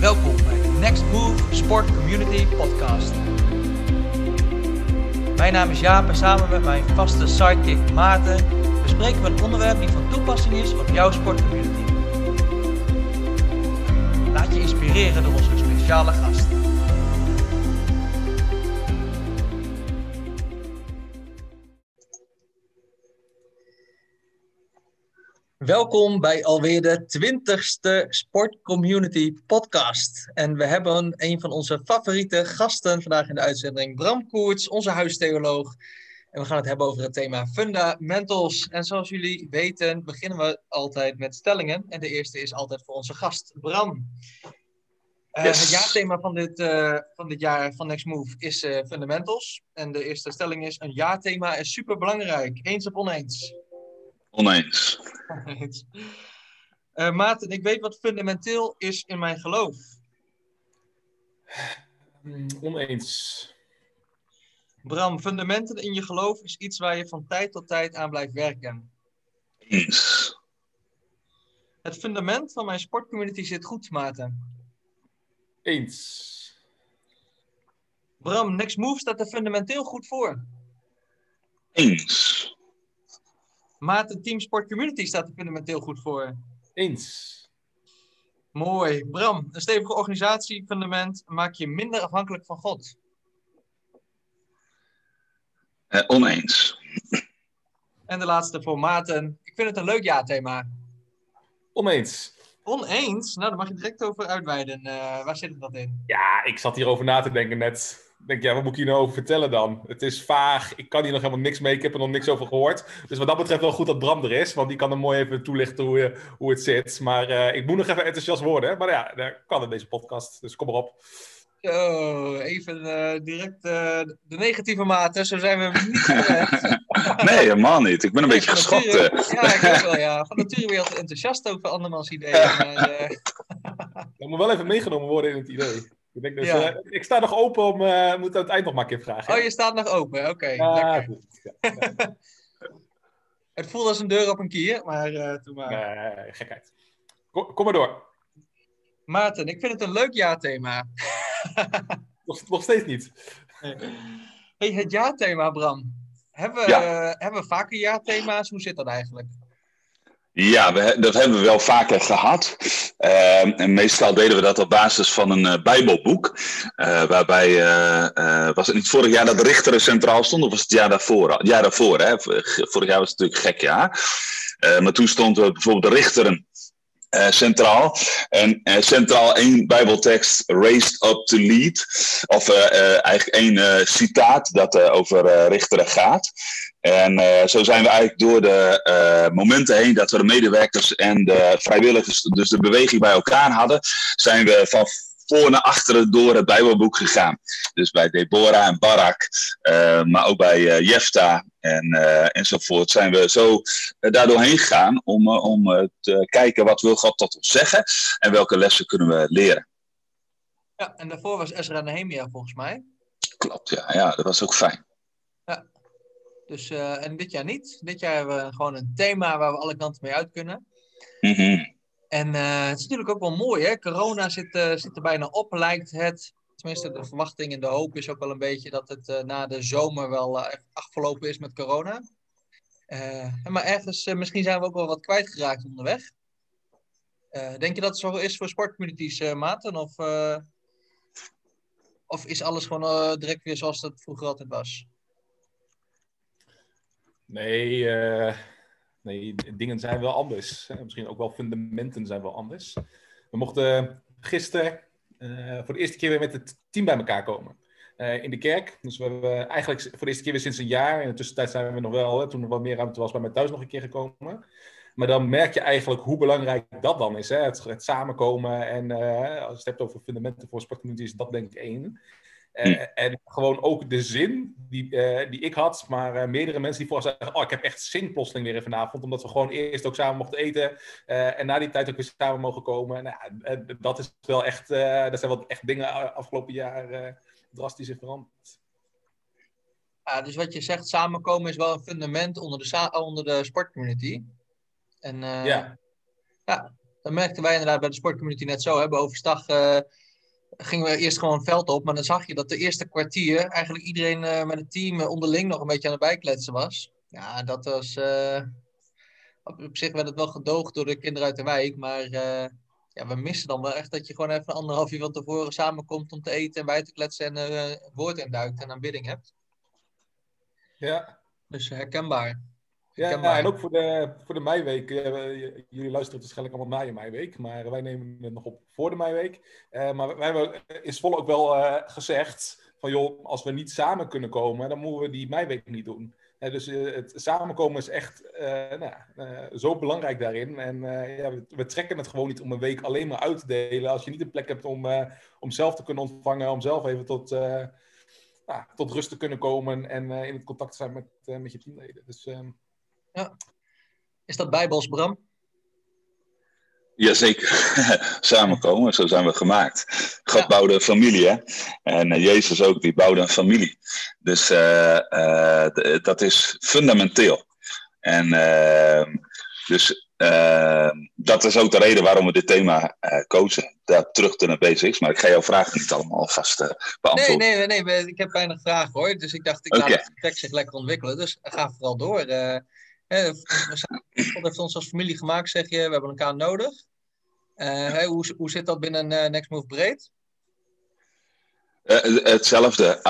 Welkom bij de Next Move Sport Community Podcast. Mijn naam is Jaap en samen met mijn vaste sidekick Maarten bespreken we een onderwerp die van toepassing is op jouw sportcommunity. Laat je inspireren door onze speciale gast. Welkom bij alweer de 20ste Sport Community Podcast. En we hebben een van onze favoriete gasten vandaag in de uitzending, Bram Koerts, onze huistheoloog. En we gaan het hebben over het thema fundamentals. En zoals jullie weten beginnen we altijd met stellingen. En de eerste is altijd voor onze gast, Bram. Het jaarthema van dit jaar van Next Move is fundamentals. En de eerste stelling is, een jaarthema is superbelangrijk. Eens of oneens? Oneens. Maarten, ik weet wat fundamenteel is in mijn geloof. Oneens. Bram, fundamenten in je geloof is iets waar je van tijd tot tijd aan blijft werken. Eens. Het fundament van mijn sportcommunity zit goed, Maarten. Eens. Bram, Next Move staat er fundamenteel goed voor. Eens. Maarten, Team Sport Community staat er fundamenteel goed voor. Eens. Mooi. Bram, een stevige organisatiefundament maakt je minder afhankelijk van God. Oneens. En de laatste voor Maarten. Ik vind het een leuk jaarthema. Oneens. Oneens? Nou, daar mag je direct over uitweiden. Waar zit dat in? Ja, ik zat hierover na te denken net. Ik denk, ja, wat moet ik hier nou over vertellen dan? Het is vaag. Ik kan hier nog helemaal niks mee. Ik heb er nog niks over gehoord. Dus wat dat betreft wel goed dat Bram er is. Want die kan er mooi even toelichten hoe het zit. Maar ik moet nog even enthousiast worden. Hè? Maar ja, dat kan in deze podcast. Dus kom erop. Zo, even direct de negatieve Maarten. Zo zijn we niet gewend. Nee, helemaal niet. Ik ben een beetje geschokt. Ja, ik ook wel, ja. Van nature ben je altijd enthousiast over andermans ideeën. Maar, Dat moet wel even meegenomen worden in het idee. Ik denk dus, Ja. ik sta nog open om... moet aan het eind nog maar een keer vragen. Oh, je staat nog open. Oké, Ja, lekker. goed. Ja. Het voelt als een deur op een kier, maar toen maar. Nee, gekheid. Kom maar door. Maarten, ik vind het een leuk jaarthema. Nog steeds niet. Hey, het jaarthema, Bram. Hebben we vaker jaarthema's? Hoe zit dat eigenlijk? Ja, dat hebben we wel vaker gehad. En meestal deden we dat op basis van een Bijbelboek. Waarbij, was het niet vorig jaar dat de Richteren centraal stond? Of was het jaar daarvoor? Het jaar daarvoor, hè? Vorig jaar was het natuurlijk een gek jaar. Maar toen stond bijvoorbeeld de Richteren centraal. En centraal één Bijbeltekst, raised up to lead. Of eigenlijk één citaat dat over Richteren gaat. En zo zijn we eigenlijk door de momenten heen dat we de medewerkers en de vrijwilligers, dus de beweging bij elkaar hadden, zijn we van voor naar achteren door het Bijbelboek gegaan. Dus bij Deborah en Barak, maar ook bij Jefta enzovoort, zijn we zo daar doorheen gegaan om te kijken wat wil God tot ons zeggen en welke lessen kunnen we leren. Ja, en daarvoor was Ezra en Nehemia volgens mij. Klopt, ja, dat was ook fijn. Ja. Dus, en dit jaar niet. Dit jaar hebben we gewoon een thema waar we alle kanten mee uit kunnen. Mm-hmm. En het is natuurlijk ook wel mooi, hè? Corona zit er bijna op, lijkt het. Tenminste, de verwachting en de hoop is ook wel een beetje dat het na de zomer wel echt afgelopen is met corona. Maar ergens, misschien zijn we ook wel wat kwijtgeraakt onderweg. Denk je dat het zo is voor sportcommunities, Maarten? Of is alles gewoon direct weer zoals het vroeger altijd was? Nee, dingen zijn wel anders. Misschien ook wel fundamenten zijn wel anders. We mochten gisteren voor de eerste keer weer met het team bij elkaar komen. In de kerk. Dus we hebben eigenlijk voor de eerste keer weer sinds een jaar. In de tussentijd zijn we nog wel, toen er wat meer ruimte was, bij mij thuis nog een keer gekomen. Maar dan merk je eigenlijk hoe belangrijk dat dan is. Hè? Het samenkomen en als je het hebt over fundamenten voor sportcommunity is dat denk ik één. En gewoon ook de zin die ik had, maar meerdere mensen die vooral zeggen, ik heb echt zin plotseling weer vanavond, omdat we gewoon eerst ook samen mochten eten en na die tijd ook weer samen mogen komen. Nou, dat is wel echt, dat zijn wel echt dingen afgelopen jaar drastisch in veranderd. Ja, dus wat je zegt, samenkomen is wel een fundament onder de sportcommunity. En Ja. Dat merkten wij inderdaad bij de sportcommunity net zo. Hè. Bij Overstag gingen we eerst gewoon het veld op. Maar dan zag je dat de eerste kwartier eigenlijk iedereen met het team onderling nog een beetje aan het bijkletsen was. Ja, dat was... op zich werd het wel gedoogd door de kinderen uit de wijk. Maar ja, we missen dan wel echt dat je gewoon even 1,5 uur van tevoren samenkomt om te eten en bij te kletsen en het woord induikt en aanbidding hebt. Ja. Dus herkenbaar. Ja, en ook voor de meiweek. Jullie luisteren waarschijnlijk allemaal na je meiweek, maar wij nemen het nog op voor de meiweek. Maar wij hebben in Zwolle ook wel gezegd van joh, als we niet samen kunnen komen, dan moeten we die meiweek niet doen. Dus het samenkomen is echt zo belangrijk daarin. En we trekken het gewoon niet om een week alleen maar uit te delen. Als je niet een plek hebt om zelf te kunnen ontvangen, om zelf even tot rust te kunnen komen en in het contact te zijn met je teamleden. Dus, ja. Is dat bijbels, Bram? Jazeker. Samenkomen, zo zijn we gemaakt. God bouwde een familie, hè? En Jezus ook, die bouwde een familie. Dus dat is fundamenteel. En dat is ook de reden waarom we dit thema kozen. Daar terug te naar basics. Maar ik ga jouw vragen niet allemaal alvast beantwoorden. Nee, ik heb weinig vragen hoor. Dus ik dacht, laat het gesprek zich lekker ontwikkelen. Dus ga vooral door. God heeft ons als familie gemaakt, zeg je. We hebben elkaar nodig. Hoe zit dat binnen Next Move breed? Hetzelfde.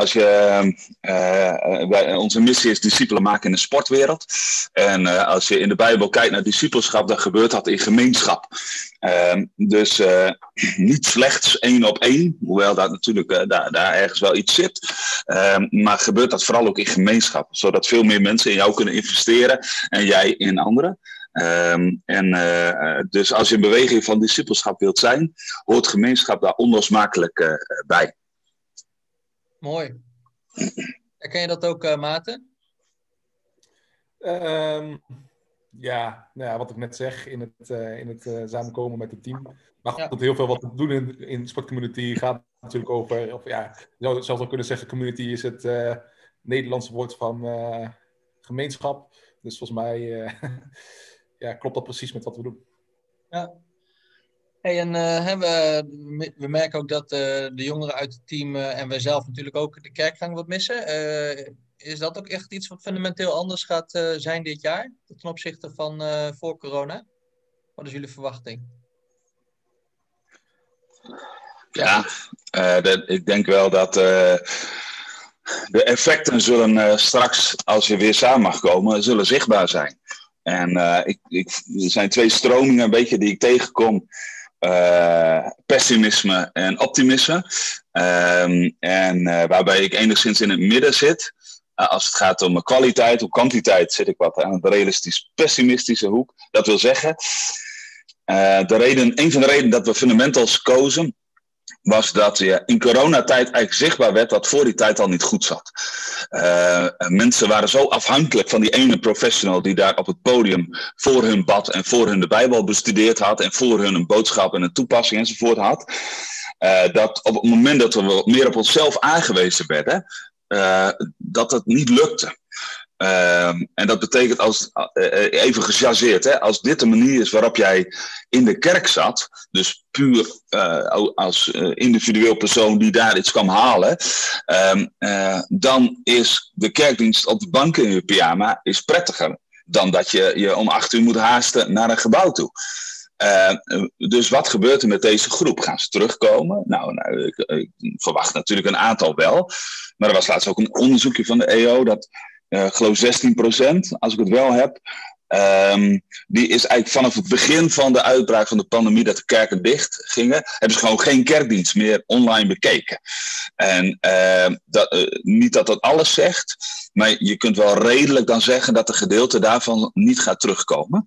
Onze missie is discipelen maken in de sportwereld. En als je in de Bijbel kijkt naar discipelschap, dan gebeurt dat in gemeenschap. Dus niet slechts 1 op 1, hoewel dat natuurlijk daar ergens wel iets zit. Maar gebeurt dat vooral ook in gemeenschap, zodat veel meer mensen in jou kunnen investeren en jij in anderen. Dus als je een beweging van discipelschap wilt zijn, hoort gemeenschap daar onlosmakelijk bij. Mooi. Herken je dat ook, Maarten? Wat ik net zeg, in het samenkomen met het team. Maar goed, heel veel wat we doen in sportcommunity gaat natuurlijk over, je zou zelfs kunnen zeggen, community is het Nederlandse woord van gemeenschap. Dus volgens mij klopt dat precies met wat we doen. Ja. Hey, en we merken ook dat de jongeren uit het team en wij zelf natuurlijk ook de kerkgang wat missen. Is dat ook echt iets wat fundamenteel anders gaat zijn dit jaar ten opzichte van voor corona? Wat is jullie verwachting? Ik denk wel dat de effecten zullen straks, als je weer samen mag komen, zullen zichtbaar zijn. En er zijn 2 stromingen een beetje die ik tegenkom. Pessimisme en optimisme. Waarbij ik enigszins in het midden zit. Als het gaat om kwaliteit, om kwantiteit zit ik wat aan de realistisch-pessimistische hoek. Dat wil zeggen, een van de redenen dat we fundamentals kozen, was dat in coronatijd eigenlijk zichtbaar werd dat voor die tijd al niet goed zat. Mensen waren zo afhankelijk van die ene professional die daar op het podium voor hun bad en voor hun de Bijbel bestudeerd had en voor hun een boodschap en een toepassing enzovoort had. Dat op het moment dat we meer op onszelf aangewezen werden, dat het niet lukte. En dat betekent, even gechargeerd, als dit de manier is waarop jij in de kerk zat, dus puur als individueel persoon die daar iets kwam halen, dan is de kerkdienst op de bank in je pyjama is prettiger dan dat je om 8 uur moet haasten naar een gebouw toe. Dus wat gebeurt er met deze groep? Gaan ze terugkomen? Ik verwacht natuurlijk een aantal wel. Maar er was laatst ook een onderzoekje van de EO dat, geloof 16%, als ik het wel heb, die is eigenlijk vanaf het begin van de uitbraak van de pandemie dat de kerken dicht gingen, hebben ze gewoon geen kerkdienst meer online bekeken. En niet dat dat alles zegt, maar je kunt wel redelijk dan zeggen dat een gedeelte daarvan niet gaat terugkomen.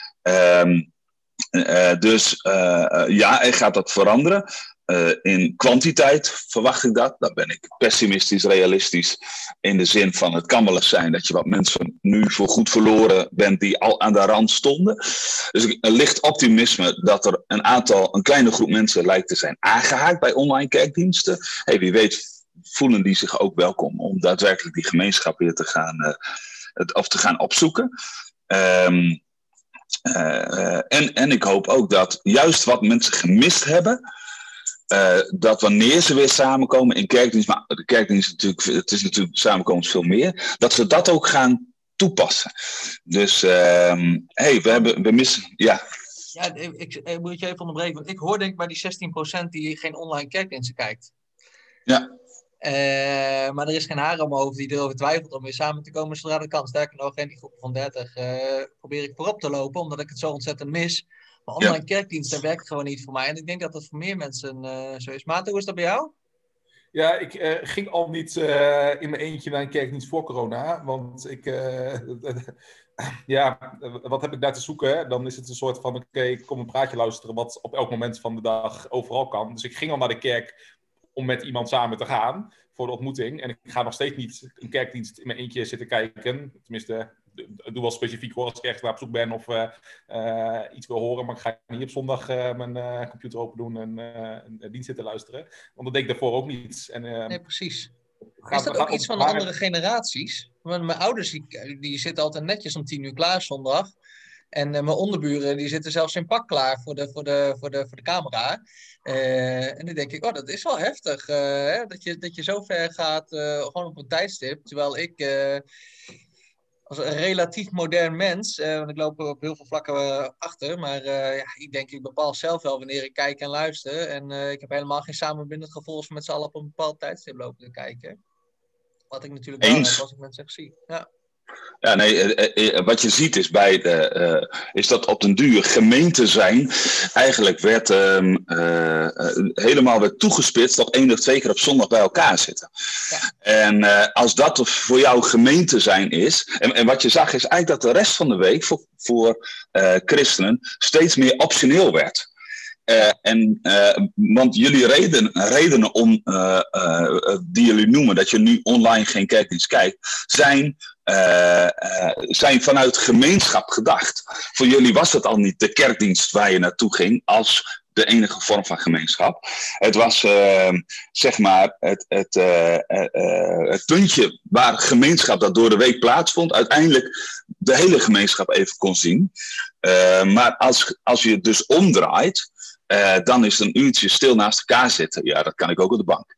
Gaat dat veranderen. In kwantiteit verwacht ik dat. Dan ben ik pessimistisch, realistisch. In de zin van het kan wel eens zijn dat je wat mensen nu voor goed verloren bent die al aan de rand stonden. Dus een licht optimisme dat er een kleine groep mensen lijkt te zijn aangehaakt bij online kerkdiensten. Wie weet voelen die zich ook welkom om daadwerkelijk die gemeenschap weer te gaan opzoeken. En ik hoop ook dat juist wat mensen gemist hebben, dat wanneer ze weer samenkomen in kerkdienst, maar de kerkdienst natuurlijk, het is natuurlijk samenkomst veel meer, dat ze dat ook gaan toepassen. Dus we missen, ja. Ja, ik moet je even onderbreken, want ik hoor denk ik bij die 16% die geen online kerkdiensten kijkt. Ja. Maar er is geen haar om mijn hoofd die erover twijfelt om weer samen te komen zodra dat kan. Sterker nog, in die groep van 30 probeer ik voorop te lopen, omdat ik het zo ontzettend mis. Maar online kerkdiensten werkt gewoon niet voor mij. En ik denk dat dat voor meer mensen zo is. Maarten, hoe is dat bij jou? Ja, ik ging al niet in mijn eentje naar een kerkdienst voor corona. Want wat heb ik daar te zoeken? Hè? Dan is het een soort van, oké, ik kom een praatje luisteren wat op elk moment van de dag overal kan. Dus ik ging al naar de kerk om met iemand samen te gaan voor de ontmoeting. En ik ga nog steeds niet een kerkdienst in mijn eentje zitten kijken. Tenminste, ik doe wel specifiek hoor als ik echt op zoek ben of iets wil horen. Maar ik ga niet op zondag mijn computer open doen en een dienst zitten luisteren. Want dat deed ik daarvoor ook niet. Nee, precies. Is dat ook iets van de andere generaties? Want mijn ouders die zitten altijd netjes om 10:00 klaar zondag. En mijn onderburen die zitten zelfs in pak klaar voor de camera. En dan denk ik, dat is wel heftig. Dat je zo ver gaat gewoon op een tijdstip. Terwijl ik als een relatief modern mens, want ik loop op heel veel vlakken achter. Maar ik denk, ik bepaal zelf wel wanneer ik kijk en luister. En ik heb helemaal geen samenbindend gevoel als we met z'n allen op een bepaald tijdstip lopen te kijken. Wat ik natuurlijk wel heb als ik mensen echt zie. Ja. Ja, nee, wat je ziet is dat op den duur gemeente zijn eigenlijk werd helemaal werd toegespitst op 1 of 2 keer op zondag bij elkaar zitten. Ja. En als dat voor jou gemeente zijn is, en wat je zag is eigenlijk dat de rest van de week voor christenen steeds meer optioneel werd. Want jullie redenen om, die jullie noemen dat je nu online geen kerkdienst kijkt, zijn vanuit gemeenschap gedacht. Voor jullie was het al niet de kerkdienst waar je naartoe ging als de enige vorm van gemeenschap. Het was zeg maar het puntje waar gemeenschap dat door de week plaatsvond, uiteindelijk de hele gemeenschap even kon zien. Maar als je het dus omdraait, dan is het een uurtje stil naast elkaar zitten. Ja, dat kan ik ook op de bank.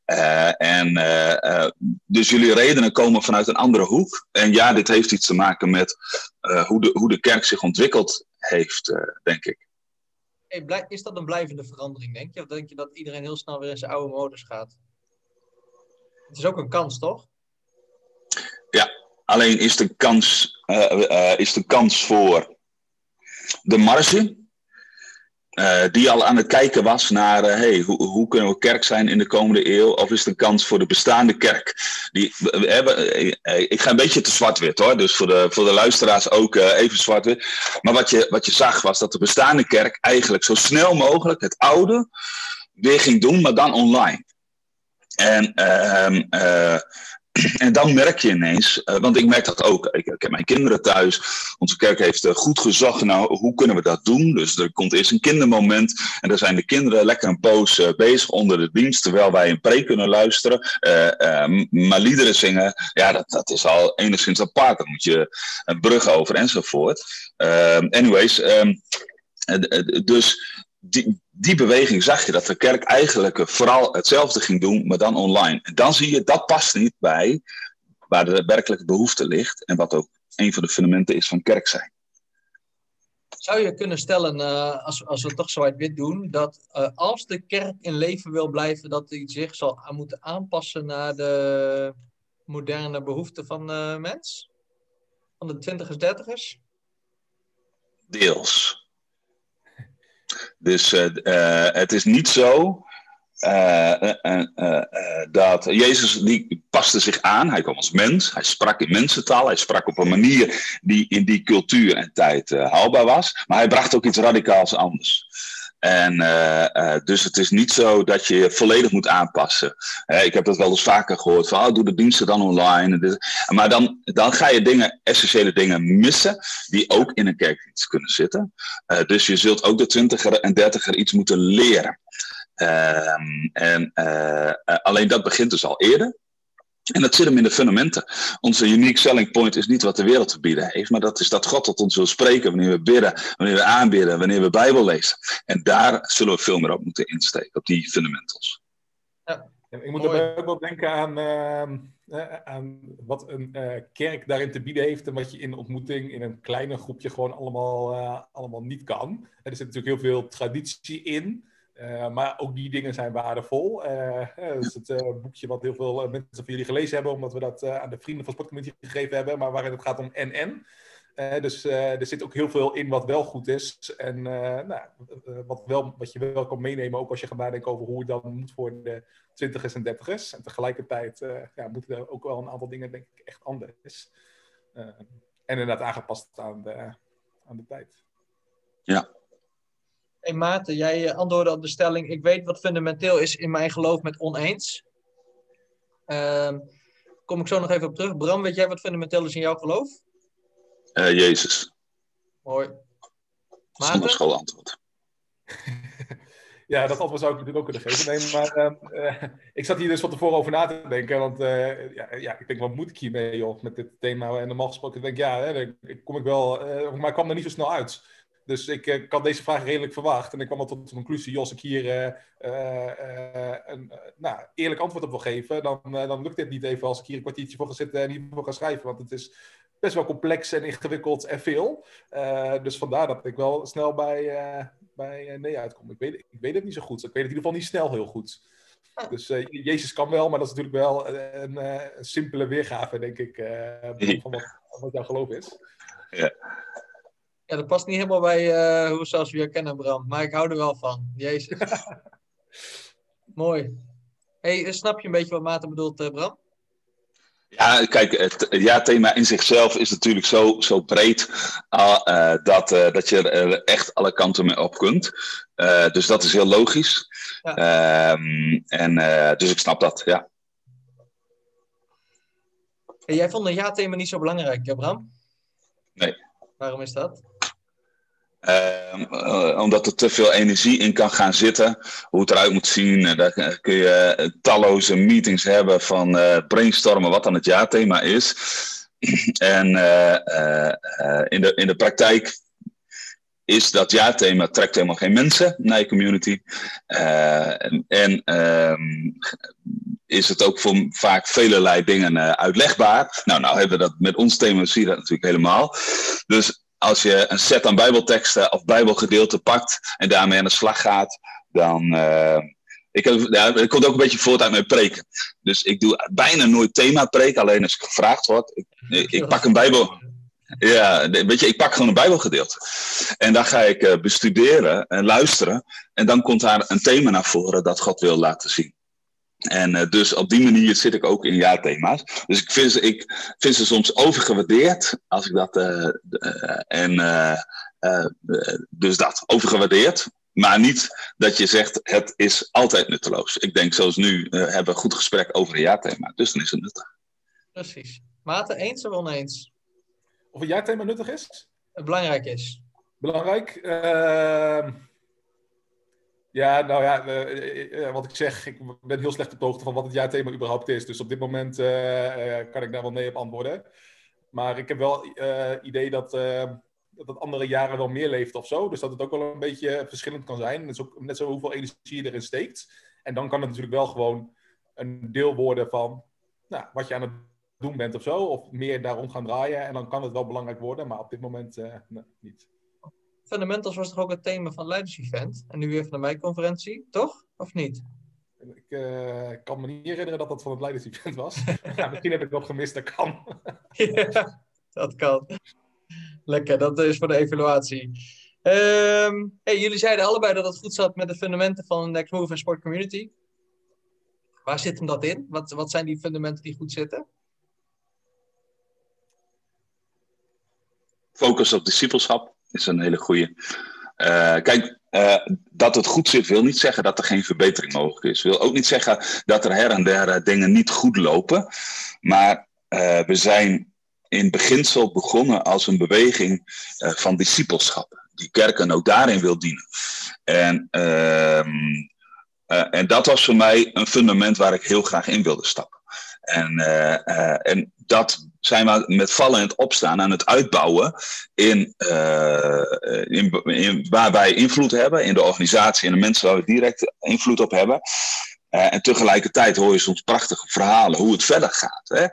Dus jullie redenen komen vanuit een andere hoek. En ja, dit heeft iets te maken met hoe de kerk zich ontwikkeld heeft, denk ik. Hey, is dat een blijvende verandering, denk je? Of denk je dat iedereen heel snel weer in zijn oude modus gaat? Het is ook een kans, toch? Ja, alleen is de kans voor de marge, die al aan het kijken was naar hoe kunnen we kerk zijn in de komende eeuw, of is het een kans voor de bestaande kerk? Ik ga een beetje te zwart-wit hoor, dus voor de luisteraars ook even zwart-wit. Maar wat je zag was dat de bestaande kerk eigenlijk zo snel mogelijk het oude weer ging doen, maar dan online. En dan merk je ineens, want ik merk dat ook. Ik heb mijn kinderen thuis. Onze kerk heeft goed gezocht. Nou, hoe kunnen we dat doen? Dus er komt eerst een kindermoment. En dan zijn de kinderen lekker een poos bezig onder de dienst. Terwijl wij een preek kunnen luisteren. Maar liederen zingen. Ja, dat is al enigszins apart. Dan moet je een brug over enzovoort. Dus die beweging zag je, dat de kerk eigenlijk vooral hetzelfde ging doen, maar dan online. En dan zie je, dat past niet bij waar de werkelijke behoefte ligt en wat ook een van de fundamenten is van kerk zijn. Zou je kunnen stellen, als we het toch zo uit wit doen, dat als de kerk in leven wil blijven, dat hij zich zal moeten aanpassen naar de moderne behoeften van de mens? Van de 20ers, 30ers? Deels. Dus het is niet zo dat Jezus die paste zich aan. Hij kwam als mens, hij sprak in mensentaal, hij sprak op een manier die in die cultuur en tijd haalbaar was. Maar hij bracht ook iets radicaals anders. En dus het is niet zo dat je je volledig moet aanpassen. Ik heb dat wel eens vaker gehoord van, doe de diensten dan online. Maar dan ga je essentiële dingen missen die ook in een kerkdienst kunnen zitten. Dus je zult ook de 20er en 30er iets moeten leren. Alleen dat begint dus al eerder. En dat zit hem in de fundamenten. Onze unique selling point is niet wat de wereld te bieden heeft, maar dat is dat God tot ons wil spreken wanneer we bidden, wanneer we aanbidden, wanneer we Bijbel lezen. En daar zullen we veel meer op moeten insteken, op die fundamentals. Ja, ik moet daarbij ook wel denken aan wat een kerk daarin te bieden heeft en wat je in de ontmoeting in een kleine groepje gewoon allemaal niet kan. Er zit natuurlijk heel veel traditie in. Maar ook die dingen zijn waardevol. Dat is het boekje wat heel veel mensen van jullie gelezen hebben, omdat we dat aan de vrienden van Sportcommunity gegeven hebben, maar waarin het gaat om en. Dus er zit ook heel veel in wat wel goed is. En wat je wel kan meenemen, ook als je gaat nadenken over hoe het dan moet voor de 20ers en 30ers. En tegelijkertijd moeten er ook wel een aantal dingen, denk ik, echt anders. En inderdaad aangepast aan de tijd. Ja. Hey Maarten, jij antwoordde op de stelling: ik weet wat fundamenteel is in mijn geloof met oneens. Kom ik zo nog even op terug. Bram, weet jij wat fundamenteel is in jouw geloof? Jezus. Mooi. Zonder schoolantwoord. Ja, dat antwoord zou ik natuurlijk ook kunnen geven. Nee, maar ik zat hier dus van tevoren over na te denken. Want ik denk, wat moet ik hiermee, joh, met dit thema? En normaal gesproken denk ik, kom ik wel... maar ik kwam er niet zo snel uit. Dus ik had deze vraag redelijk verwacht. En ik kwam al tot de conclusie, als ik hier een eerlijk antwoord op wil geven, dan lukt dit niet even als ik hier een kwartiertje voor ga zitten en hiervoor ga schrijven. Want het is best wel complex en ingewikkeld en veel. Dus vandaar dat ik wel snel bij nee uitkom. Ik weet het niet zo goed. Ik weet het in ieder geval niet snel heel goed. Dus Jezus kan wel, maar dat is natuurlijk wel een simpele weergave, denk ik, van wat jouw geloof is. Ja. Ja, dat past niet helemaal bij zoals we je kennen, Bram. Maar ik hou er wel van. Jezus. Mooi. Hey, snap je een beetje wat Maarten bedoelt, Bram? Ja, kijk, het ja-thema in zichzelf is natuurlijk zo breed dat je er echt alle kanten mee op kunt. Dus dat is heel logisch. Ja. Dus ik snap dat, ja. Hey, jij vond een ja-thema niet zo belangrijk, Bram? Nee. Waarom is dat? Omdat er te veel energie in kan gaan zitten. Hoe het eruit moet zien. Daar kun je talloze meetings hebben van brainstormen wat dan het ja-thema is. En in de praktijk is dat ja-thema trekt helemaal geen mensen naar je community. Is het ook voor vaak velelei dingen uitlegbaar. Nou hebben we dat met ons thema, zie je dat natuurlijk helemaal. Dus als je een set aan bijbelteksten of bijbelgedeelten pakt en daarmee aan de slag gaat, dan... het komt ook een beetje voort uit mijn preken. Dus ik doe bijna nooit themapreken, alleen als ik gevraagd word. Ik pak een bijbel... Ja, weet je, ik pak gewoon een bijbelgedeelte. En dan ga ik bestuderen en luisteren. En dan komt daar een thema naar voren dat God wil laten zien. En dus op die manier zit ik ook in ja-thema's. Dus ik vind ze soms overgewaardeerd. Als ik dat... dus dat, overgewaardeerd. Maar niet dat je zegt, het is altijd nutteloos. Ik denk, zoals nu, hebben we een goed gesprek over een ja-thema. Dus dan is het nuttig. Precies. Maarten, eens of oneens? Of een ja-thema nuttig is? Belangrijk is. Belangrijk? Wat ik zeg, ik ben heel slecht op de hoogte van wat het ja-thema überhaupt is. Dus op dit moment kan ik daar wel nee op antwoorden. Maar ik heb wel idee dat het andere jaren wel meer leeft of zo. Dus dat het ook wel een beetje verschillend kan zijn. Het is ook net zo hoeveel energie je erin steekt. En dan kan het natuurlijk wel gewoon een deel worden van wat je aan het doen bent of zo. Of meer daarom gaan draaien. En dan kan het wel belangrijk worden. Maar op dit moment niet. Fundamentals was toch ook het thema van het Leiders-event? En nu weer van de meiconferentie, toch? Of niet? Ik kan me niet herinneren dat dat van het Leiders-event was. Misschien heb ik dat gemist, dat kan. Ja, dat kan. Lekker, dat is voor de evaluatie. Jullie zeiden allebei dat het goed zat met de fundamenten van Next Move en Sport Community. Waar zit hem dat in? Wat zijn die fundamenten die goed zitten? Focus op discipelschap is een hele goeie. Kijk, dat het goed zit wil niet zeggen dat er geen verbetering mogelijk is. Wil ook niet zeggen dat er her en der dingen niet goed lopen. Maar we zijn in beginsel begonnen als een beweging van discipelschap. Die kerken ook daarin wil dienen. En dat was voor mij een fundament waar ik heel graag in wilde stappen. En dat zijn we met vallen en het opstaan aan het uitbouwen waar wij invloed hebben, in de organisatie en de mensen waar we direct invloed op hebben. En tegelijkertijd hoor je soms prachtige verhalen hoe het verder gaat. Hè?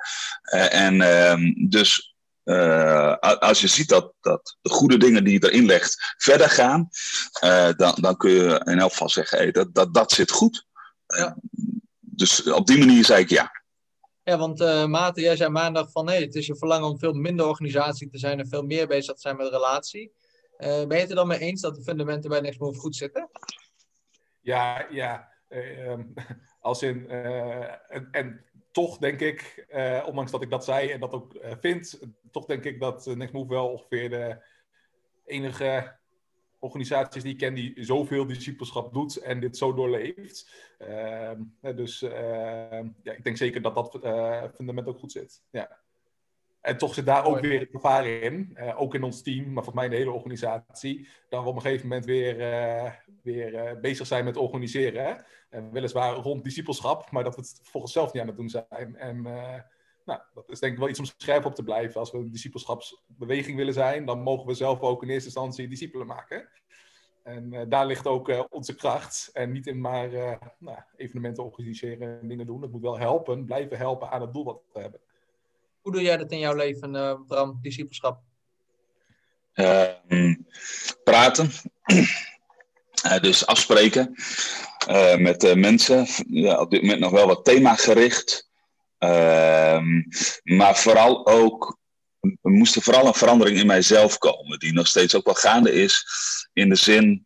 Dus als je ziet dat de goede dingen die je erin legt verder gaan, dan kun je in elk geval zeggen, hey, dat zit goed. Ja. Dus op die manier zei ik ja. Ja, want Maarten, jij zei maandag van het is je verlangen om veel minder organisatie te zijn en veel meer bezig te zijn met relatie. Ben je het er dan mee eens dat de fundamenten bij Next Move goed zitten? Ja. Als in... en toch denk ik, ondanks dat ik dat zei en dat ook vind, toch denk ik dat Next Move wel ongeveer de enige organisaties die ik ken die zoveel discipelschap doet en dit zo doorleeft. Ik denk zeker dat dat fundament ook goed zit. Ja. En toch zit daar ook weer het gevaar in, ook in ons team, maar volgens mij in de hele organisatie, dat we op een gegeven moment weer bezig zijn met organiseren. Hè? En weliswaar rond discipelschap, maar dat we het volgens zelf niet aan het doen zijn. En dat is denk ik wel iets om scherp op te blijven. Als we een discipelschapsbeweging willen zijn, dan mogen we zelf ook in eerste instantie discipelen maken. En daar ligt ook onze kracht. En niet in maar evenementen organiseren en dingen doen. Het moet wel helpen, blijven helpen aan het doel wat we hebben. Hoe doe jij dat in jouw leven, Bram, discipelschap? Praten. Dus afspreken met mensen. Ja, op dit moment nog wel wat themagericht. Maar vooral ook, er moest er vooral een verandering in mijzelf komen. Die nog steeds ook wel gaande is. In de zin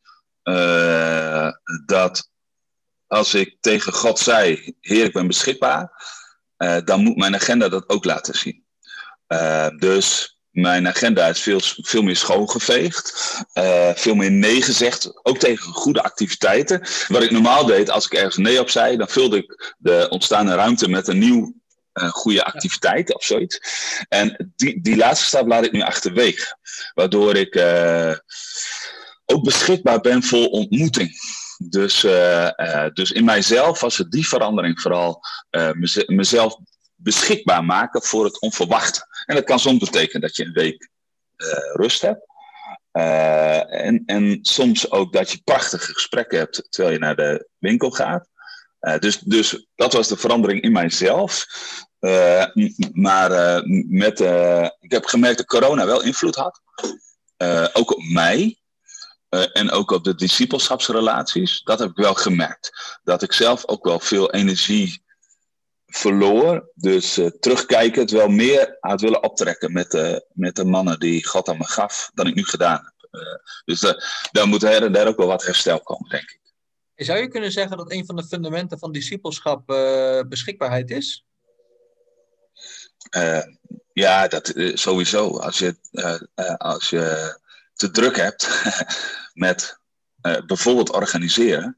dat als ik tegen God zei, Heer, ik ben beschikbaar. Dan moet mijn agenda dat ook laten zien. Dus mijn agenda is veel meer schoongeveegd. Veel meer nee gezegd. Ook tegen goede activiteiten. Wat ik normaal deed, als ik ergens nee op zei, dan vulde ik de ontstaande ruimte met een nieuw goede activiteit of zoiets. En die laatste stap laat ik nu achterwege. Waardoor ik ook beschikbaar ben voor ontmoeting. Dus in mijzelf was het die verandering vooral mezelf beschikbaar maken voor het onverwachte. En dat kan soms betekenen dat je een week rust hebt. En soms ook dat je prachtige gesprekken hebt terwijl je naar de winkel gaat. Dus dat was de verandering in mijzelf. Ik heb gemerkt dat corona wel invloed had. Ook op mij. En ook op de discipelschapsrelaties. Dat heb ik wel gemerkt. Dat ik zelf ook wel veel energie verloor. Dus terugkijkend wel meer had willen optrekken met de mannen die God aan me gaf. Dan ik nu gedaan heb. Dus daar moet her en daar ook wel wat herstel komen, denk ik. Zou je kunnen zeggen dat een van de fundamenten van discipelschap beschikbaarheid is? Ja, dat sowieso. Als je te druk hebt met bijvoorbeeld organiseren,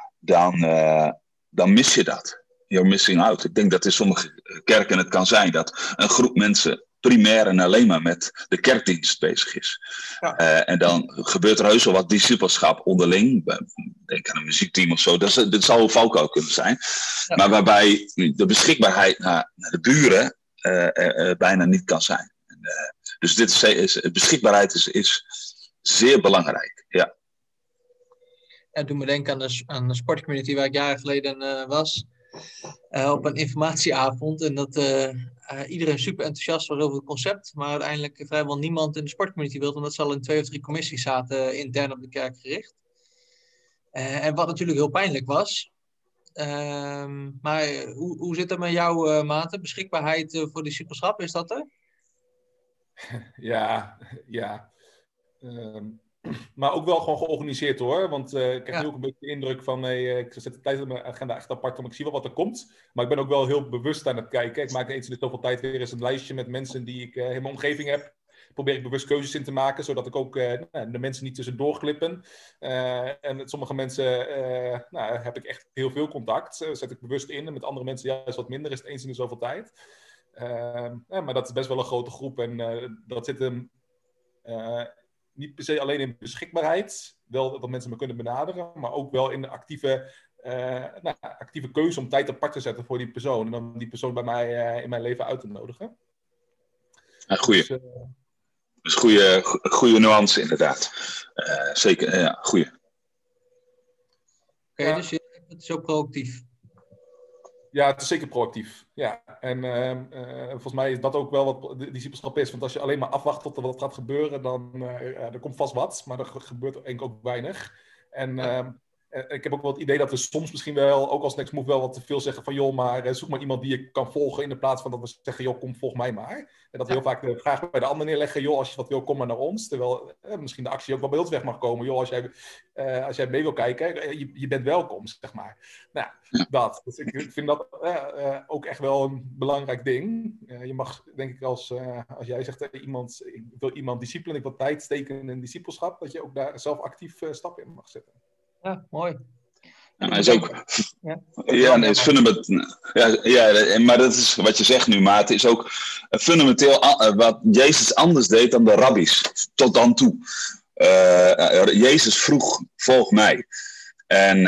dan mis je dat. You're missing out. Ik denk dat in sommige kerken het kan zijn dat een groep mensen primair en alleen maar met de kerkdienst bezig is. Ja. En dan gebeurt er heus wel wat discipelschap onderling. Denk aan een muziekteam of zo. Dat zou een valkuil kunnen zijn. Ja. Maar waarbij de beschikbaarheid naar de buren bijna niet kan zijn. Dus beschikbaarheid is zeer belangrijk. Ja. Ja, doe me denken aan de sportcommunity waar ik jaren geleden was. Op een informatieavond. En dat iedereen super enthousiast was over het concept. Maar uiteindelijk vrijwel niemand in de sportcommunity wilde. Omdat ze al in 2 of 3 commissies zaten intern op de kerk gericht. En wat natuurlijk heel pijnlijk was. Maar hoe zit het met jou, Maarten? Beschikbaarheid voor discipelschap, is dat er? Ja. Maar ook wel gewoon georganiseerd hoor. Want ik heb nu ook een beetje de indruk van... ik zet de tijd op mijn agenda echt apart om ik zie wel wat er komt. Maar ik ben ook wel heel bewust aan het kijken. Ik maak eens in de zoveel tijd weer eens een lijstje met mensen die ik in mijn omgeving heb. Probeer ik bewust keuzes in te maken, zodat ik ook de mensen niet tussendoor glippen. En met sommige mensen heb ik echt heel veel contact. Zet ik bewust in. En met andere mensen juist wat minder, is het eens in de zoveel tijd. Maar dat is best wel een grote groep. En dat zit hem... niet per se alleen in beschikbaarheid, wel dat mensen me kunnen benaderen, maar ook wel in de actieve actieve keuze om tijd apart te zetten voor die persoon. En dan die persoon bij mij in mijn leven uit te nodigen. Goeie. Dus, Dus goede nuance inderdaad. Zeker, ja, goeie. Oké, dus het is ook proactief. Ja, het is zeker proactief. Ja. En volgens mij is dat ook wel wat discipelschap is. Want als je alleen maar afwacht tot er wat gaat gebeuren, dan er komt vast wat. Maar er gebeurt eigenlijk ook weinig. En ik heb ook wel het idee dat we soms misschien wel, ook als Next Move, wel wat te veel zeggen van joh, maar zoek maar iemand die je kan volgen in de plaats van dat we zeggen joh, kom, volg mij maar. En dat we heel vaak de vraag bij de ander neerleggen, joh, als je wat wil, kom maar naar ons. Terwijl misschien de actie ook wel bij ons weg mag komen. Joh, als jij mee wil kijken, je bent welkom, zeg maar. Nou, dat. Dus ik vind dat ook echt wel een belangrijk ding. Je mag, denk ik, als jij zegt, ik wil iemand discipelen, ik wil tijd steken in discipelschap, dat je ook daar zelf actief stappen in mag zetten. Ja, mooi. Ja, is ook, het is fundamenteel. Ja, maar dat is wat je zegt nu, maar het is ook fundamenteel wat Jezus anders deed dan de rabbies tot dan toe. Jezus vroeg, volg mij. En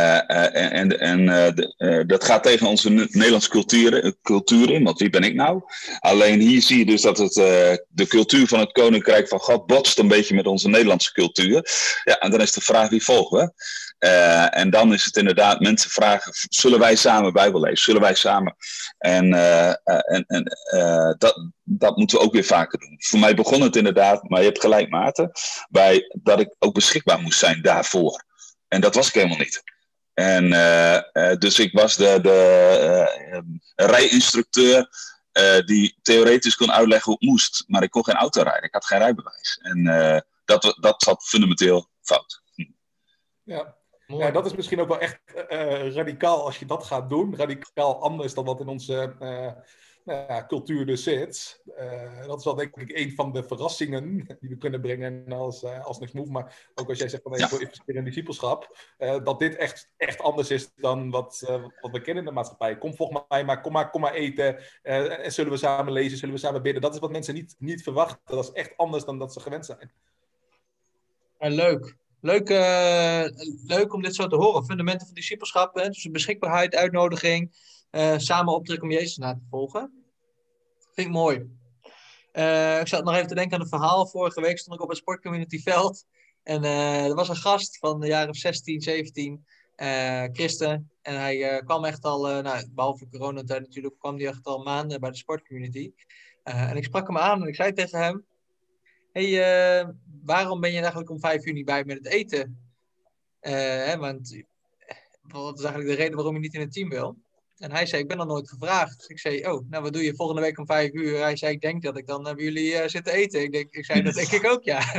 dat gaat tegen onze Nederlandse cultuur in, want wie ben ik nou? Alleen hier zie je dus dat de cultuur van het Koninkrijk van God botst een beetje met onze Nederlandse cultuur. Ja, en dan is de vraag, wie volgen we? En dan is het inderdaad, mensen vragen, zullen wij samen Bijbel lezen? Zullen wij samen? En dat moeten we ook weer vaker doen. Voor mij begon het inderdaad, maar je hebt gelijk Maarten, bij dat ik ook beschikbaar moest zijn daarvoor. En dat was ik helemaal niet. En dus ik was de rijinstructeur die theoretisch kon uitleggen hoe het moest. Maar ik kon geen auto rijden. Ik had geen rijbewijs. En dat zat fundamenteel fout. Ja, dat is misschien ook wel echt radicaal als je dat gaat doen. Radicaal anders dan wat in onze cultuur dus zit. Dat is wel denk ik een van de verrassingen die we kunnen brengen als Next Move. Maar ook als jij zegt van ik wil investeren in discipelschap. Dat dit echt anders is dan wat we kennen in de maatschappij. Kom volg mij maar, kom maar eten. En zullen we samen lezen, zullen we samen bidden. Dat is wat mensen niet verwachten. Dat is echt anders dan dat ze gewend zijn. Leuk. Leuk om dit zo te horen. Fundamenten van discipelschap, dus beschikbaarheid, uitnodiging, samen optrekken om Jezus na te volgen. Vind ik mooi. Ik zat nog even te denken aan een verhaal. Vorige week stond ik op het sportcommunity veld. En er was een gast van de jaren 16, 17, christen. En hij kwam echt al, behalve coronatijd natuurlijk, kwam hij echt al maanden bij de sportcommunity. En ik sprak hem aan en ik zei tegen hem, hey, waarom ben je eigenlijk om 5 uur niet bij met het eten? Want wat is eigenlijk de reden waarom je niet in het team wil? En hij zei, ik ben nog nooit gevraagd. Ik zei, wat doe je volgende week om 5 uur? Hij zei, ik denk dat ik dan bij jullie zit te eten. Ik zei, dat denk ik ook, ja.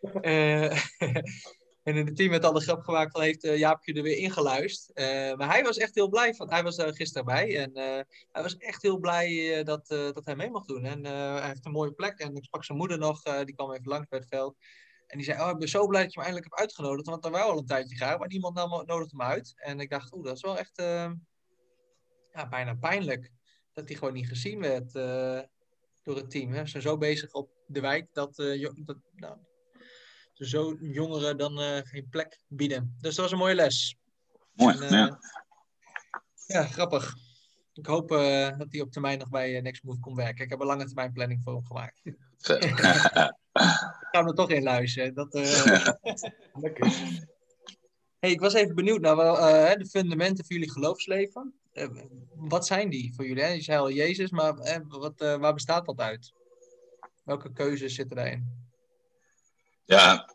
En in het team werd al de grap gemaakt van, heeft Jaapje er weer ingeluisterd. Maar hij was echt heel blij, hij was daar gisteren bij. En hij was echt heel blij dat hij mee mocht doen. En hij heeft een mooie plek. En ik sprak zijn moeder nog, die kwam even langs bij het veld. En die zei, ik ben zo blij dat je me eindelijk hebt uitgenodigd. Want dan wou al een tijdje graag, maar niemand nodigde hem uit. En ik dacht, dat is wel echt bijna pijnlijk. Dat hij gewoon niet gezien werd door het team. Hè. Ze zijn zo bezig op de wijk dat zo jongeren dan geen plek bieden. Dus dat was een mooie les. Mooi, Ja, grappig. Ik hoop dat hij op termijn nog bij Next Move kon werken. Ik heb een lange termijn planning voor hem gemaakt. Ik ga hem er toch in luisteren. Lekker. Hey, ik was even benieuwd naar de fundamenten voor jullie geloofsleven. Wat zijn die voor jullie? Hè? Je zei al Jezus, maar waar bestaat dat uit? Welke keuzes zitten daarin? Ja,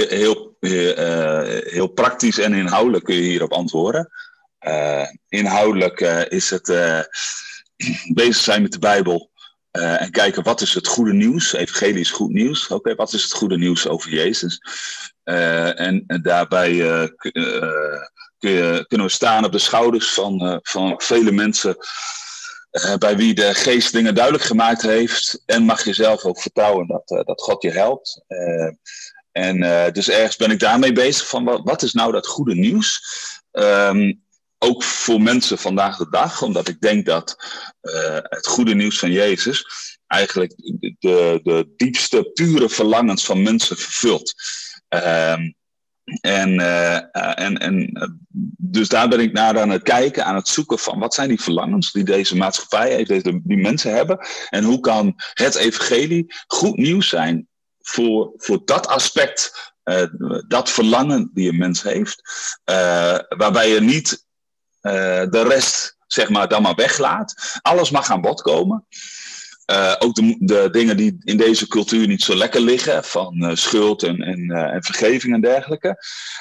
heel praktisch en inhoudelijk kun je hierop antwoorden. Inhoudelijk is het bezig zijn met de Bijbel en kijken wat is het goede nieuws. Evangelie is goed nieuws. Oké, wat is het goede nieuws over Jezus? En daarbij kunnen we staan op de schouders van vele mensen bij wie de geest dingen duidelijk gemaakt heeft. En mag je zelf ook vertrouwen dat God je helpt. Dus ergens ben ik daarmee bezig van wat is nou dat goede nieuws? Ook voor mensen vandaag de dag, omdat ik denk dat het goede nieuws van Jezus eigenlijk de diepste, pure verlangens van mensen vervult. Dus daar ben ik naar aan het kijken, aan het zoeken van wat zijn die verlangens die deze maatschappij heeft, die mensen hebben. En hoe kan het evangelie goed nieuws zijn voor dat aspect, dat verlangen die een mens heeft. Waarbij je niet de rest zeg maar dan maar weglaat. Alles mag aan bod komen. Ook de dingen die in deze cultuur niet zo lekker liggen, van schuld en vergeving en dergelijke.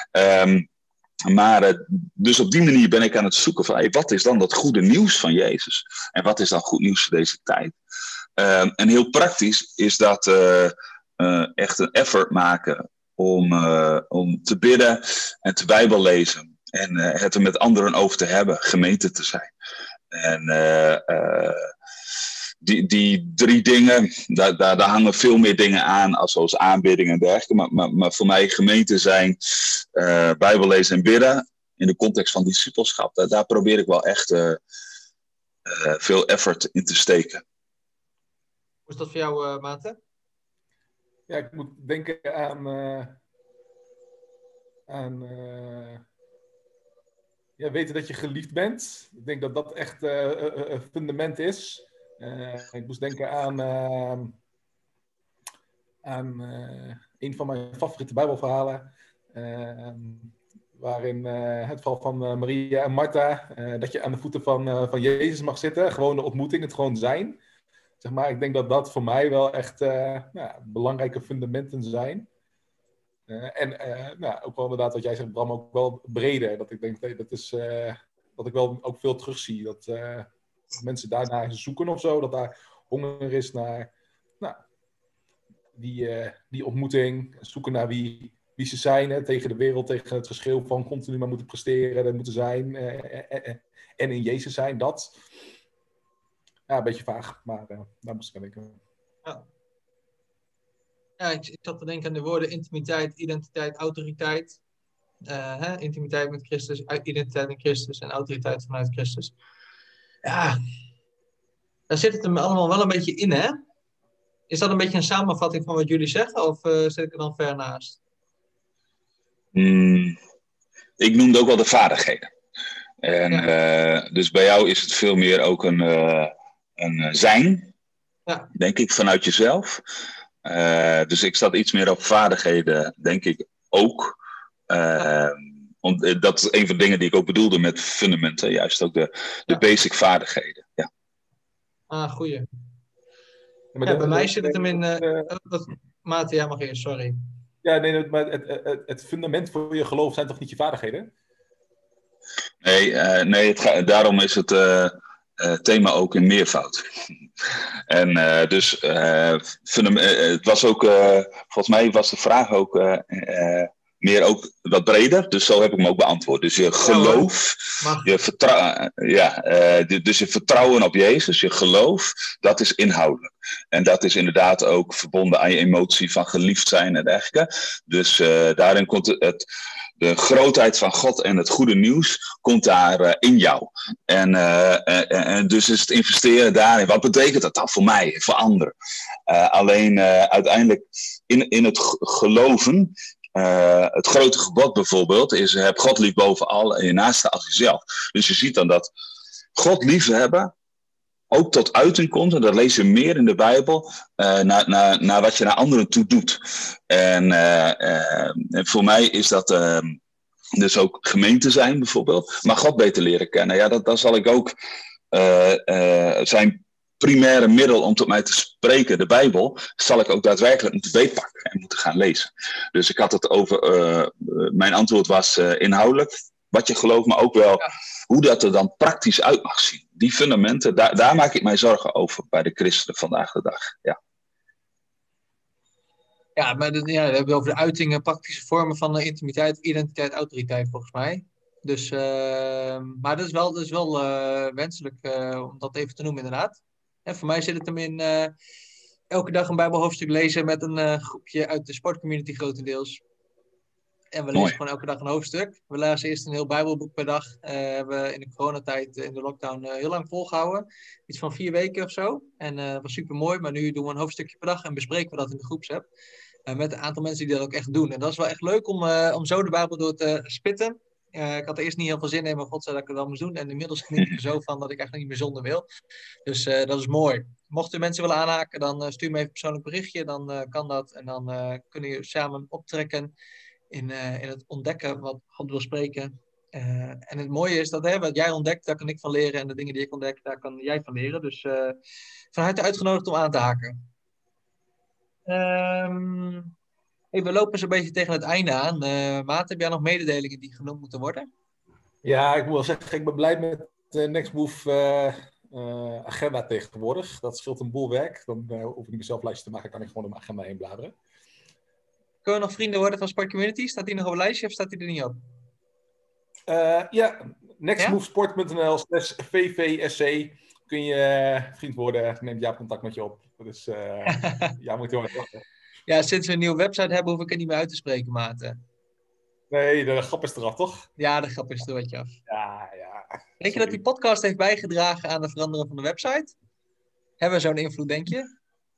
Dus op die manier ben ik aan het zoeken van wat is dan dat goede nieuws van Jezus? En wat is dan goed nieuws voor deze tijd? En heel praktisch is dat echt een effort maken om te bidden en te Bijbel lezen. En het er met anderen over te hebben, gemeente te zijn. En die 3 dingen, daar hangen veel meer dingen aan, zoals aanbidding en dergelijke. Maar voor mij gemeente zijn, Bijbel lezen en bidden, in de context van discipelschap, daar probeer ik wel echt veel effort in te steken. Hoe is dat voor jou, Maarten? Ja, ik moet denken aan weten dat je geliefd bent. Ik denk dat dat echt een fundament is. Ik moest denken aan een van mijn favoriete Bijbelverhalen. Waarin het verhaal van Maria en Martha. Dat je aan de voeten van Jezus mag zitten. Gewoon de ontmoeting, het gewoon zijn. Zeg maar, ik denk dat dat voor mij wel echt belangrijke fundamenten zijn. Ook wel inderdaad wat jij zegt, Bram, ook wel breder. Dat ik denk, dat ik wel ook veel terugzie. Dat mensen daarnaar zoeken of zo. Dat daar honger is naar die ontmoeting. Zoeken naar wie ze zijn. Hè, tegen de wereld, tegen het geschreeuw van continu maar moeten presteren. En moeten zijn. En in Jezus zijn, dat. Ja, een beetje vaag. Maar daar moest ik aan denken. Ja, ik zat te denken aan de woorden intimiteit, identiteit, autoriteit. Intimiteit met Christus, identiteit in Christus en autoriteit vanuit Christus. Ja, daar zit het hem allemaal wel een beetje in, hè? Is dat een beetje een samenvatting van wat jullie zeggen, of zit ik er dan ver naast? Ik noemde ook wel de vaardigheden. En dus bij jou is het veel meer ook een zijn, denk ik, vanuit jezelf. Dus ik zat iets meer op vaardigheden, denk ik ook. Dat is een van de dingen die ik ook bedoelde met fundamenten. Juist ook de basic vaardigheden. Ja. Goeie. Ja, bij mij zit het hem in... Maarten, jij mag eerst, sorry. Ja, nee, maar het fundament voor je geloof zijn toch niet je vaardigheden? Nee, daarom is het thema ook in meervoud. En het was ook, volgens mij was de vraag ook meer ook wat breder. Dus zo heb ik hem ook beantwoord. Dus je geloof, dus je vertrouwen op Jezus, je geloof, dat is inhoudelijk. En dat is inderdaad ook verbonden aan je emotie van geliefd zijn en dergelijke. Dus daarin komt de grootheid van God en het goede nieuws komt daar in jou. En dus is het investeren daarin. Wat betekent dat dan voor mij, voor anderen? Alleen uiteindelijk in het geloven, het grote gebod bijvoorbeeld, is heb God lief boven al en je naaste als jezelf. Dus je ziet dan dat God liefhebben ook tot uiting komt, en dat lees je meer in de Bijbel, naar wat je naar anderen toe doet. En voor mij is dat dus ook gemeente zijn bijvoorbeeld, maar God beter leren kennen. Ja, dan zal ik ook zijn primaire middel om tot mij te spreken, de Bijbel, zal ik ook daadwerkelijk moeten beetpakken en moeten gaan lezen. Dus ik had het over, mijn antwoord was inhoudelijk, wat je gelooft, maar ook wel hoe dat er dan praktisch uit mag zien. Die fundamenten, daar maak ik mij zorgen over bij de christenen vandaag de dag. Ja. Ja, maar we hebben het over de uitingen, praktische vormen van intimiteit, identiteit, autoriteit volgens mij. Dus, maar dat is wel wenselijk om dat even te noemen inderdaad. En voor mij zit het hem in elke dag een Bijbelhoofdstuk lezen met een groepje uit de sportcommunity grotendeels. En we lezen gewoon elke dag een hoofdstuk. We lazen eerst een heel Bijbelboek per dag. Hebben we in de coronatijd, in de lockdown, heel lang volgehouden. Iets van 4 weken of zo. En dat was super mooi. Maar nu doen we een hoofdstukje per dag en bespreken we dat in de groepsapp. Met een aantal mensen die dat ook echt doen. En dat is wel echt leuk om zo de Bijbel door te spitten. Ik had er eerst niet heel veel zin in, maar God zei dat ik het wel moest doen. En inmiddels geniet ik er zo van dat ik eigenlijk niet meer zonder wil. Dus dat is mooi. Mochten mensen willen aanhaken, dan stuur me even een persoonlijk berichtje. Dan kan dat. En dan kunnen we samen optrekken in het ontdekken wat God wil spreken. En het mooie is dat wat jij ontdekt, daar kan ik van leren. En de dingen die ik ontdek, daar kan jij van leren. Dus van harte uitgenodigd om aan te haken. Hey, we lopen zo'n beetje tegen het einde aan. Maat, heb jij nog mededelingen die genoemd moeten worden? Ja, ik moet wel zeggen, ik ben blij met de Next Move agenda tegenwoordig. Dat scheelt een boel werk. Dan hoef ik niet mezelf lijstje te maken, kan ik gewoon op mijn agenda heen bladeren. Kunnen we nog vrienden worden van Sport Community? Staat die nog op een lijstje of staat die er niet op? Ja, nextmovesport.nl/vvsc kun je vriend worden. Neemt Jaap contact met je op. Dus ja, moet je wel even wachten. Ja, sinds we een nieuwe website hebben, hoef ik het niet meer uit te spreken, Maarten. Nee, de grap is eraf, toch? Ja, de grap is er wat je af. Ja. Denk je dat die podcast heeft bijgedragen aan het veranderen van de website? Hebben we zo'n invloed, denk je?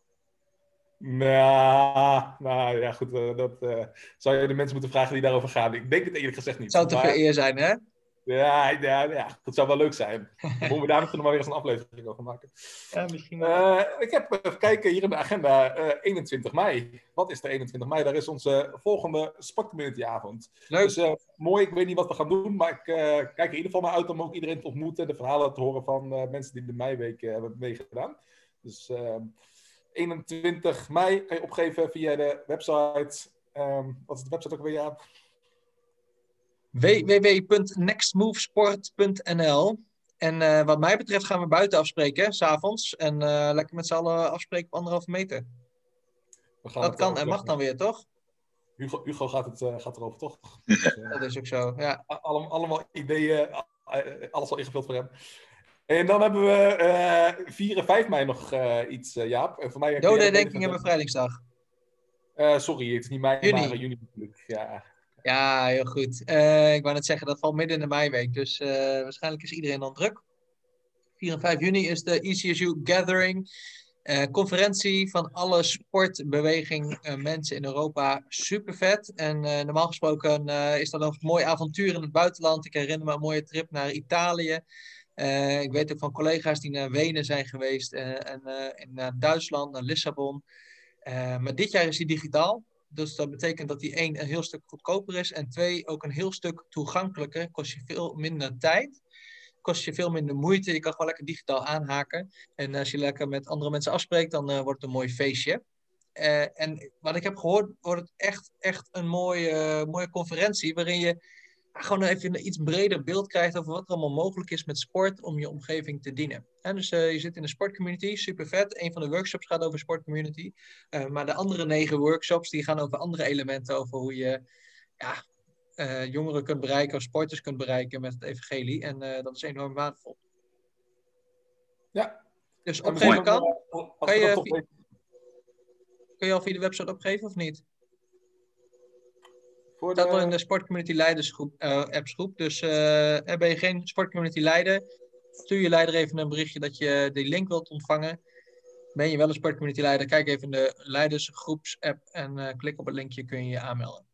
Nou ja, goed. Dat zou je de mensen moeten vragen die daarover gaan. Ik denk het eerlijk gezegd niet. Het zou te veel eer zijn, hè? Ja, dat zou wel leuk zijn. Moeten we daar misschien nog maar weer eens een aflevering over maken. Ja, misschien wel. Ik heb even kijken hier in de agenda. 21 mei. Wat is er 21 mei? Daar is onze volgende sportcommunityavond. Leuk. Dus mooi. Ik weet niet wat we gaan doen. Maar ik kijk er in ieder geval naar uit om ook iedereen te ontmoeten. De verhalen te horen van mensen die de meiweek hebben meegedaan. Dus 21 mei kan je opgeven via de website. Wat is de website ook weer, Jaap? www.nextmovesport.nl. En wat mij betreft gaan we buiten afspreken, 's avonds. En lekker met z'n allen afspreken op 1,5 meter. Dat kan en mag dan weer, toch? Hugo gaat erover, toch? Dat is ook zo, ja. Allemaal ideeën, alles al ingevuld voor hem. En dan hebben we 4 en 5 mei nog iets, Jaap. En voor mij Dodenherdenking en bevrijdingsdag. Sorry, het is niet mei, Juni. maar juni natuurlijk. Ja, heel goed. Ik wou net zeggen, dat valt midden in de meiweek. Dus waarschijnlijk is iedereen dan druk. 4 en 5 juni is de ECSU Gathering. Conferentie van alle sportbeweging mensen in Europa. Super vet. En normaal gesproken is dat een mooi avontuur in het buitenland. Ik herinner me een mooie trip naar Italië. Ik weet ook van collega's die naar Wenen zijn geweest. En naar Duitsland, naar Lissabon. Maar dit jaar is die digitaal. Dus dat betekent dat die 1 een heel stuk goedkoper is. En 2 ook een heel stuk toegankelijker. Kost je veel minder tijd. Kost je veel minder moeite. Je kan gewoon lekker digitaal aanhaken. En als je lekker met andere mensen afspreekt, dan wordt het een mooi feestje. En wat ik heb gehoord, wordt het echt een mooie conferentie. Waarin je gewoon even een iets breder beeld krijgt over wat er allemaal mogelijk is met sport om je omgeving te dienen. En dus je zit in de sportcommunity, super vet. Een van de workshops gaat over sportcommunity. Maar de andere 9 workshops die gaan over andere elementen. Over hoe je jongeren kunt bereiken of sporters kunt bereiken met het evangelie. En dat is enorm waardevol. Ja. Dus opgeven kan. Kun je al via de website opgeven of niet? Het staat wel in de Sportcommunity Leidersgroep, appsgroep. Dus ben je geen Sportcommunity Leider, stuur je leider even een berichtje dat je die link wilt ontvangen. Ben je wel een Sportcommunity Leider, kijk even in de Leidersgroeps-app en klik op het linkje, kun je je aanmelden.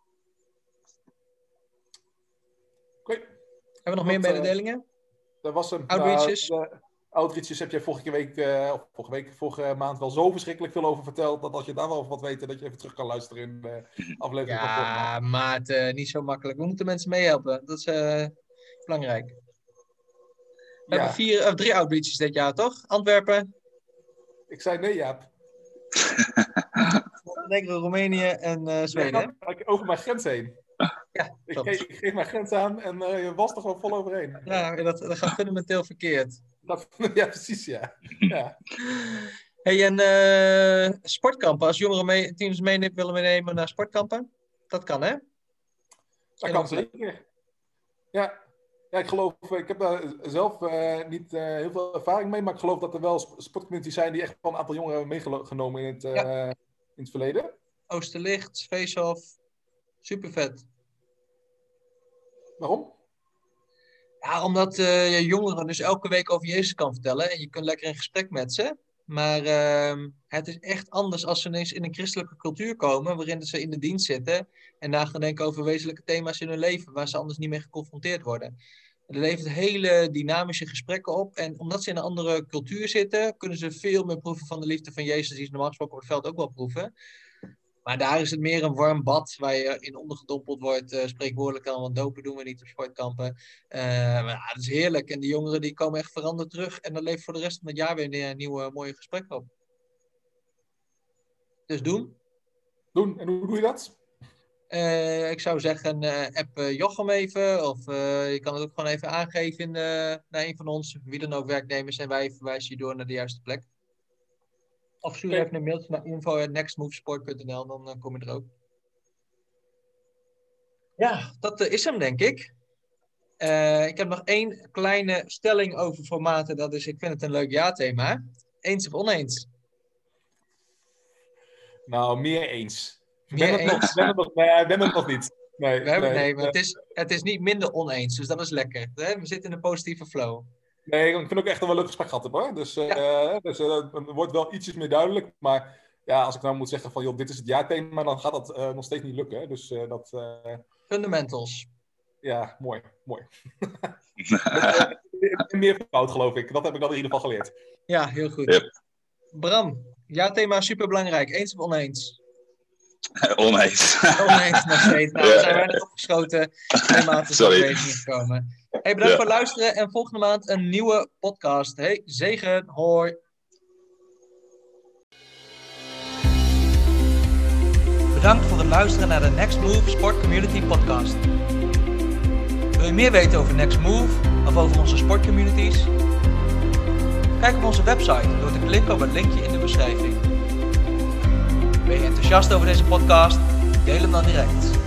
Oké. Hebben we nog meer mededelingen? Dat was hem. Outreaches? Outreaches heb jij vorige maand wel zo verschrikkelijk veel over verteld, dat als je daar wel over wat weet, dat je even terug kan luisteren in de aflevering van vorige maand. Ja, Maarten, niet zo makkelijk. We moeten mensen meehelpen. Dat is belangrijk. We hebben 3 outreaches dit jaar, toch? Antwerpen. Ik zei nee, Jaap. Montenegro, Roemenië en Zweden. Over mijn grens heen. Ja, ik geef mijn grens aan en je was er gewoon vol overheen. Ja, dat gaat fundamenteel verkeerd. Ja, precies, ja. Hey, en sportkampen, als jongeren teams willen meenemen naar sportkampen, dat kan, hè? Dat kan zeker. Ja, ik geloof, ik heb daar zelf niet heel veel ervaring mee, maar ik geloof dat er wel sportcommunities zijn die echt wel een aantal jongeren hebben meegenomen in het verleden. Oosterlicht, Feesthof, super vet. Waarom? Ja, omdat je jongeren dus elke week over Jezus kan vertellen en je kunt lekker in gesprek met ze. Maar het is echt anders als ze ineens in een christelijke cultuur komen, waarin ze in de dienst zitten en na gaan denken over wezenlijke thema's in hun leven, waar ze anders niet mee geconfronteerd worden. Dat levert hele dynamische gesprekken op. En omdat ze in een andere cultuur zitten, kunnen ze veel meer proeven van de liefde van Jezus, die ze normaal gesproken op het veld ook wel proeven. Maar daar is het meer een warm bad waar je in ondergedompeld wordt. Spreekwoordelijk dan, want dopen doen we niet op sportkampen. Maar het is heerlijk. En die jongeren die komen echt veranderd terug. En dat levert voor de rest van het jaar weer een nieuwe mooie gesprekken op. Dus doen. Doen. En hoe doe je dat? Ik zou zeggen, app Jochem even. Of je kan het ook gewoon even aangeven naar een van ons. Wie dan ook werknemers. En wij verwijzen je door naar de juiste plek. Of stuur even een mailtje naar info@nextmovesport.nl, dan kom je er ook. Ja, dat is hem, denk ik. Ik heb nog 1 kleine stelling over formaten. Dat is, ik vind het een leuk ja-thema. Eens of oneens? Nou, meer eens. Ik ben het nog niet. Nee, maar het is niet minder oneens, dus dat is lekker. Hè? We zitten in een positieve flow. Nee, ik vind ook echt een wel leuk gesprek gehad hebben, hoor. Dus het wordt wel ietsjes meer duidelijk. Maar ja, als ik nou moet zeggen van, joh, dit is het jaarthema, dan gaat dat nog steeds niet lukken. Hè? Dus Fundamentals. Ja, mooi. Meer fout, geloof ik. Dat heb ik dan in ieder geval geleerd. Ja, heel goed. Yep. Bram, jaarthema is superbelangrijk. Eens of oneens? Oneens. Oneens nog steeds. Nou, we zijn weinig opgeschoten. Sorry. Gekomen. Hey, bedankt voor het luisteren en volgende maand een nieuwe podcast. Hey, zegen, hoi. Bedankt voor het luisteren naar de Next Move Sport Community Podcast. Wil je meer weten over Next Move of over onze sportcommunities? Kijk op onze website door te klikken op het linkje in de beschrijving. Ben je enthousiast over deze podcast? Deel hem dan direct.